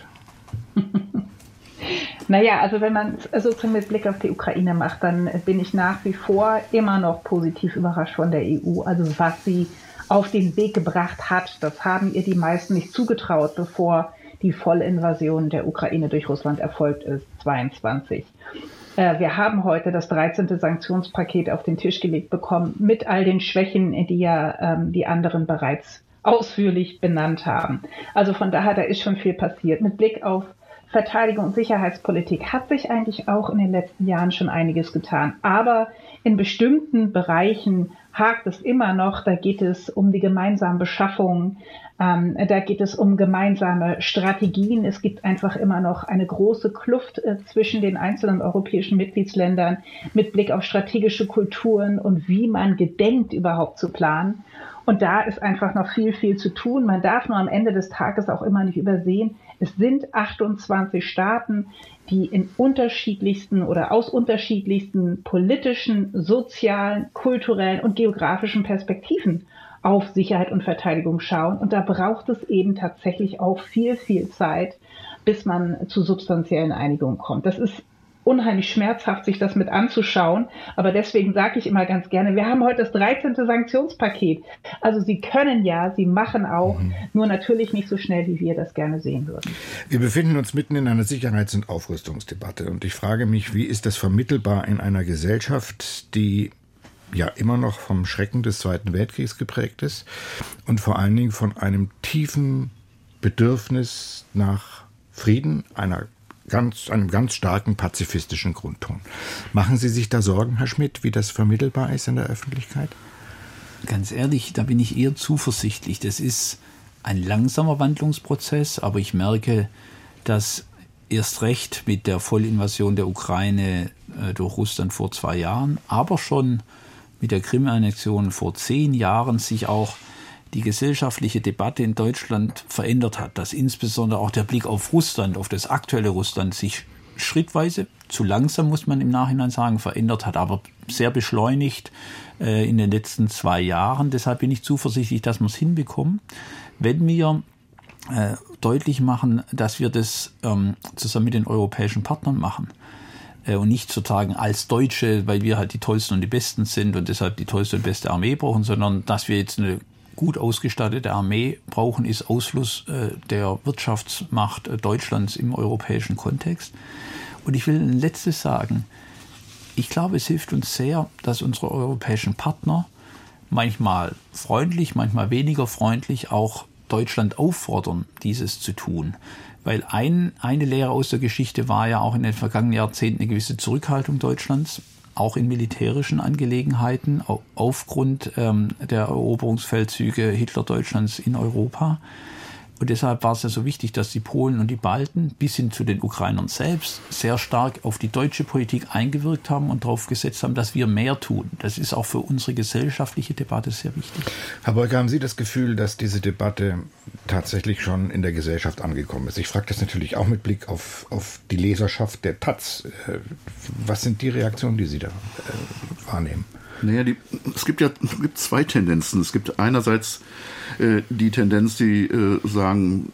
Naja, also wenn man sozusagen mit Blick auf die Ukraine macht, dann bin ich nach wie vor immer noch positiv überrascht von der E U. Also was sie auf den Weg gebracht hat, das haben ihr die meisten nicht zugetraut, bevor die Vollinvasion der Ukraine durch Russland erfolgt ist, zweiundzwanzig. Äh, wir haben heute das dreizehnte Sanktionspaket auf den Tisch gelegt bekommen, mit all den Schwächen, die ja ähm, die anderen bereits ausführlich benannt haben. Also von daher, da ist schon viel passiert. Mit Blick auf Verteidigung und Sicherheitspolitik hat sich eigentlich auch in den letzten Jahren schon einiges getan. Aber in bestimmten Bereichen hakt es immer noch. Da geht es um die gemeinsamen Beschaffungen. Ähm, da geht es um gemeinsame Strategien. Es gibt einfach immer noch eine große Kluft äh, zwischen den einzelnen europäischen Mitgliedsländern mit Blick auf strategische Kulturen und wie man gedenkt, überhaupt zu planen. Und da ist einfach noch viel, viel zu tun. Man darf nur am Ende des Tages auch immer nicht übersehen, es sind achtundzwanzig Staaten, die in unterschiedlichsten oder aus unterschiedlichsten politischen, sozialen, kulturellen und geografischen Perspektiven auf Sicherheit und Verteidigung schauen. Und da braucht es eben tatsächlich auch viel, viel Zeit, bis man zu substanziellen Einigungen kommt. Das ist unheimlich schmerzhaft, sich das mit anzuschauen. Aber deswegen sage ich immer ganz gerne, wir haben heute das dreizehnte Sanktionspaket. Also Sie können ja, Sie machen auch, mhm. nur natürlich nicht so schnell, wie wir das gerne sehen würden. Wir befinden uns mitten in einer Sicherheits- und Aufrüstungsdebatte. Und ich frage mich, wie ist das vermittelbar in einer Gesellschaft, die ja immer noch vom Schrecken des Zweiten Weltkriegs geprägt ist und vor allen Dingen von einem tiefen Bedürfnis nach Frieden, einer Ganz, einem ganz starken pazifistischen Grundton. Machen Sie sich da Sorgen, Herr Schmidt, wie das vermittelbar ist in der Öffentlichkeit? Ganz ehrlich, da bin ich eher zuversichtlich. Das ist ein langsamer Wandlungsprozess, aber ich merke, dass erst recht mit der Vollinvasion der Ukraine äh, durch Russland vor zwei Jahren, aber schon mit der Krim-Annexion vor zehn Jahren sich auch die gesellschaftliche Debatte in Deutschland verändert hat, dass insbesondere auch der Blick auf Russland, auf das aktuelle Russland sich schrittweise, zu langsam muss man im Nachhinein sagen, verändert hat, aber sehr beschleunigt äh, in den letzten zwei Jahren. Deshalb bin ich zuversichtlich, dass wir es hinbekommen, wenn wir äh, deutlich machen, dass wir das ähm, zusammen mit den europäischen Partnern machen. Äh, und nicht sozusagen als Deutsche, weil wir halt die Tollsten und die Besten sind und deshalb die tollste und beste Armee brauchen, sondern dass wir jetzt eine gut ausgestattete Armee brauchen, ist Ausfluss äh, der Wirtschaftsmacht äh, Deutschlands im europäischen Kontext. Und ich will ein letztes sagen. Ich glaube, es hilft uns sehr, dass unsere europäischen Partner manchmal freundlich, manchmal weniger freundlich auch Deutschland auffordern, dieses zu tun. Weil ein, eine Lehre aus der Geschichte war ja auch in den vergangenen Jahrzehnten eine gewisse Zurückhaltung Deutschlands, auch in militärischen Angelegenheiten, aufgrund ähm, der Eroberungsfeldzüge Hitler-Deutschlands in Europa. Und deshalb war es ja so wichtig, dass die Polen und die Balten bis hin zu den Ukrainern selbst sehr stark auf die deutsche Politik eingewirkt haben und darauf gesetzt haben, dass wir mehr tun. Das ist auch für unsere gesellschaftliche Debatte sehr wichtig. Herr Beuker, haben Sie das Gefühl, dass diese Debatte tatsächlich schon in der Gesellschaft angekommen ist? Ich frage das natürlich auch mit Blick auf, auf die Leserschaft der Taz. Was sind die Reaktionen, die Sie da äh, wahrnehmen? Naja, die, es gibt ja es gibt zwei Tendenzen. Es gibt einerseits äh, die Tendenz, die äh, sagen,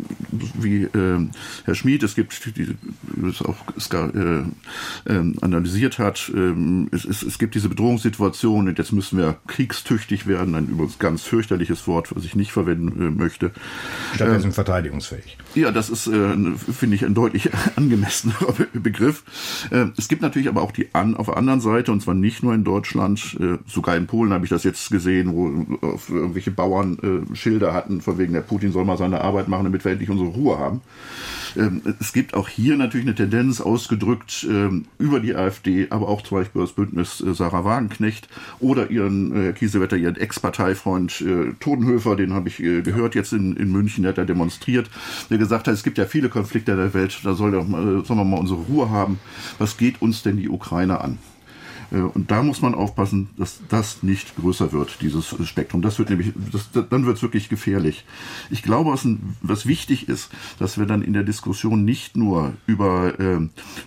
wie äh, Herr Schmid, es gibt, die das auch äh, äh, analysiert hat, äh, es, es, es gibt diese Bedrohungssituation und jetzt müssen wir kriegstüchtig werden, ein übrigens ganz fürchterliches Wort, was ich nicht verwenden äh, möchte. Stattdessen äh, verteidigungsfähig. Ja, das ist, äh, finde ich, ein deutlich angemessener Begriff. Äh, es gibt natürlich aber auch die an, auf der anderen Seite, und zwar nicht nur in Deutschland, äh, sogar in Polen habe ich das jetzt gesehen, wo auf irgendwelche Bauern äh, Schilder hatten, von wegen der Putin soll mal seine Arbeit machen, damit wir endlich unsere Ruhe haben. Ähm, es gibt auch hier natürlich eine Tendenz ausgedrückt ähm, über die AfD, aber auch zum Beispiel das Bündnis äh, Sarah Wagenknecht oder ihren äh, Kiesewetter, ihren Ex-Parteifreund äh, Todenhöfer, den habe ich äh, gehört jetzt in, in München, der hat da demonstriert, der gesagt hat, es gibt ja viele Konflikte in der Welt, da soll doch mal, sollen wir mal unsere Ruhe haben. Was geht uns denn die Ukraine an? Und da muss man aufpassen, dass das nicht größer wird, dieses Spektrum. Das wird nämlich, das, dann wird es wirklich gefährlich. Ich glaube, was, ein, was wichtig ist, dass wir dann in der Diskussion nicht nur über äh,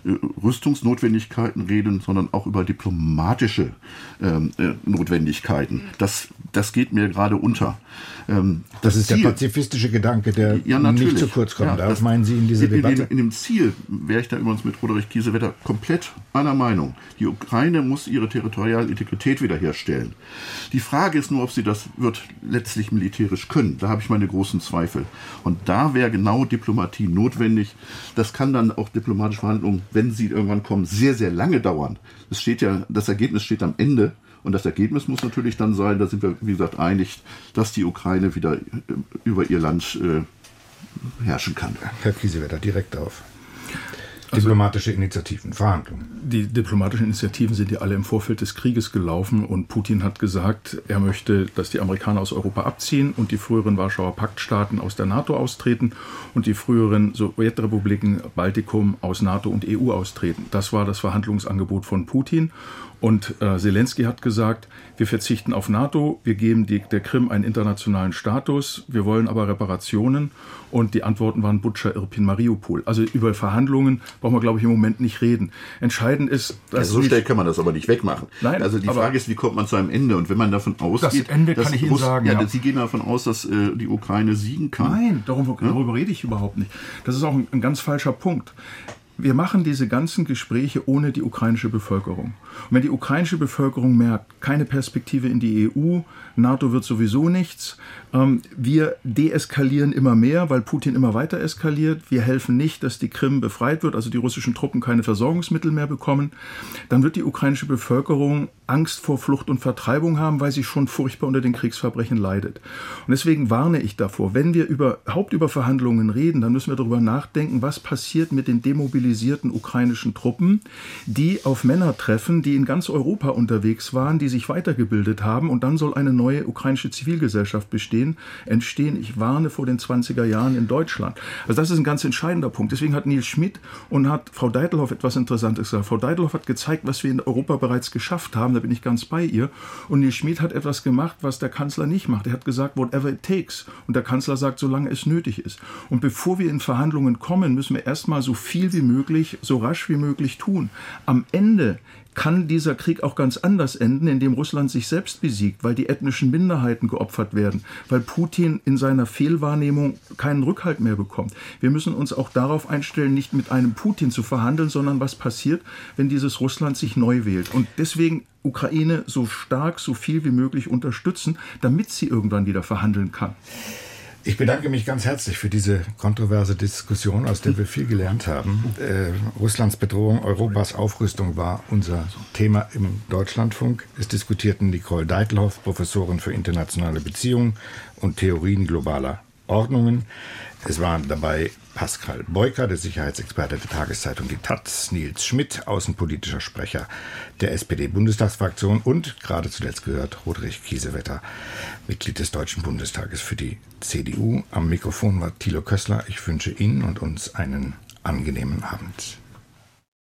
Rüstungsnotwendigkeiten reden, sondern auch über diplomatische äh, Notwendigkeiten. Das, das geht mir gerade unter. Ähm, das, das ist Ziel, der pazifistische Gedanke, der ja, nicht zu kurz kommt. Ja, das meinen Sie in dieser in, Debatte? In, in, in dem Ziel wäre ich da übrigens mit Roderich Kiesewetter komplett einer Meinung. Die Ukraine muss ihre territoriale Integrität wiederherstellen. Die Frage ist nur, ob sie das wird letztlich militärisch können. Da habe ich meine großen Zweifel. Und da wäre genau Diplomatie notwendig. Das kann dann auch diplomatische Verhandlungen, wenn sie irgendwann kommen, sehr, sehr lange dauern. Es steht ja, das Ergebnis steht am Ende. Und das Ergebnis muss natürlich dann sein, da sind wir, wie gesagt, einig, dass die Ukraine wieder über ihr Land äh, herrschen kann. Herr Kiesewetter, direkt auf. Diplomatische Initiativen, Verhandlungen. Die diplomatischen Initiativen sind ja alle im Vorfeld des Krieges gelaufen und Putin hat gesagt, er möchte, dass die Amerikaner aus Europa abziehen und die früheren Warschauer Paktstaaten aus der NATO austreten und die früheren Sowjetrepubliken Baltikum aus NATO und E U austreten. Das war das Verhandlungsangebot von Putin. Und äh, Zelensky hat gesagt, wir verzichten auf NATO, wir geben die, der Krim einen internationalen Status, wir wollen aber Reparationen. Und die Antworten waren Butscha, Irpin, Mariupol. Also über Verhandlungen brauchen wir, glaube ich, im Moment nicht reden. Entscheidend ist, dass... Ja, so schnell kann man das aber nicht wegmachen. Nein, also die Frage ist, wie kommt man zu einem Ende? Und wenn man davon ausgeht... Das Ende kann ich Ihnen Russ, sagen. Ja, ja, Sie gehen davon aus, dass äh, die Ukraine siegen kann. Nein, darüber, ja? darüber rede ich überhaupt nicht. Das ist auch ein, ein ganz falscher Punkt. Wir machen diese ganzen Gespräche ohne die ukrainische Bevölkerung. Und wenn die ukrainische Bevölkerung merkt, keine Perspektive in die E U, NATO wird sowieso nichts, ähm, wir deeskalieren immer mehr, weil Putin immer weiter eskaliert, wir helfen nicht, dass die Krim befreit wird, also die russischen Truppen keine Versorgungsmittel mehr bekommen, dann wird die ukrainische Bevölkerung Angst vor Flucht und Vertreibung haben, weil sie schon furchtbar unter den Kriegsverbrechen leidet. Und deswegen warne ich davor, wenn wir überhaupt über Verhandlungen reden, dann müssen wir darüber nachdenken, was passiert mit den demobilisierten ukrainischen Truppen, die auf Männer treffen, die in ganz Europa unterwegs waren, die sich weitergebildet haben und dann soll eine neue ukrainische Zivilgesellschaft bestehen, entstehen. Ich warne vor den zwanziger Jahren in Deutschland. Also das ist ein ganz entscheidender Punkt. Deswegen hat Nils Schmid und hat Frau Deitelhoff etwas Interessantes gesagt. Frau Deitelhoff hat gezeigt, was wir in Europa bereits geschafft haben. Da bin ich ganz bei ihr. Und Nils Schmid hat etwas gemacht, was der Kanzler nicht macht. Er hat gesagt, whatever it takes. Und der Kanzler sagt, solange es nötig ist. Und bevor wir in Verhandlungen kommen, müssen wir erstmal so viel wie möglich, so rasch wie möglich tun. Am Ende kann dieser Krieg auch ganz anders enden, indem Russland sich selbst besiegt, weil die ethnischen Minderheiten geopfert werden, weil Putin in seiner Fehlwahrnehmung keinen Rückhalt mehr bekommt. Wir müssen uns auch darauf einstellen, nicht mit einem Putin zu verhandeln, sondern was passiert, wenn dieses Russland sich neu wählt. Und deswegen Ukraine so stark, so viel wie möglich unterstützen, damit sie irgendwann wieder verhandeln kann. Ich bedanke mich ganz herzlich für diese kontroverse Diskussion, aus der wir viel gelernt haben. Äh, Russlands Bedrohung, Europas Aufrüstung war unser Thema im Deutschlandfunk. Es diskutierten Nicole Deitelhoff, Professorin für internationale Beziehungen und Theorien globaler Ordnungen. Es waren dabei Pascal Beuker, der Sicherheitsexperte der Tageszeitung Die Taz, Nils Schmid, außenpolitischer Sprecher der S P D-Bundestagsfraktion und, gerade zuletzt gehört, Roderich Kiesewetter, Mitglied des Deutschen Bundestages für die C D U. Am Mikrofon war Thilo Kössler. Ich wünsche Ihnen und uns einen angenehmen Abend.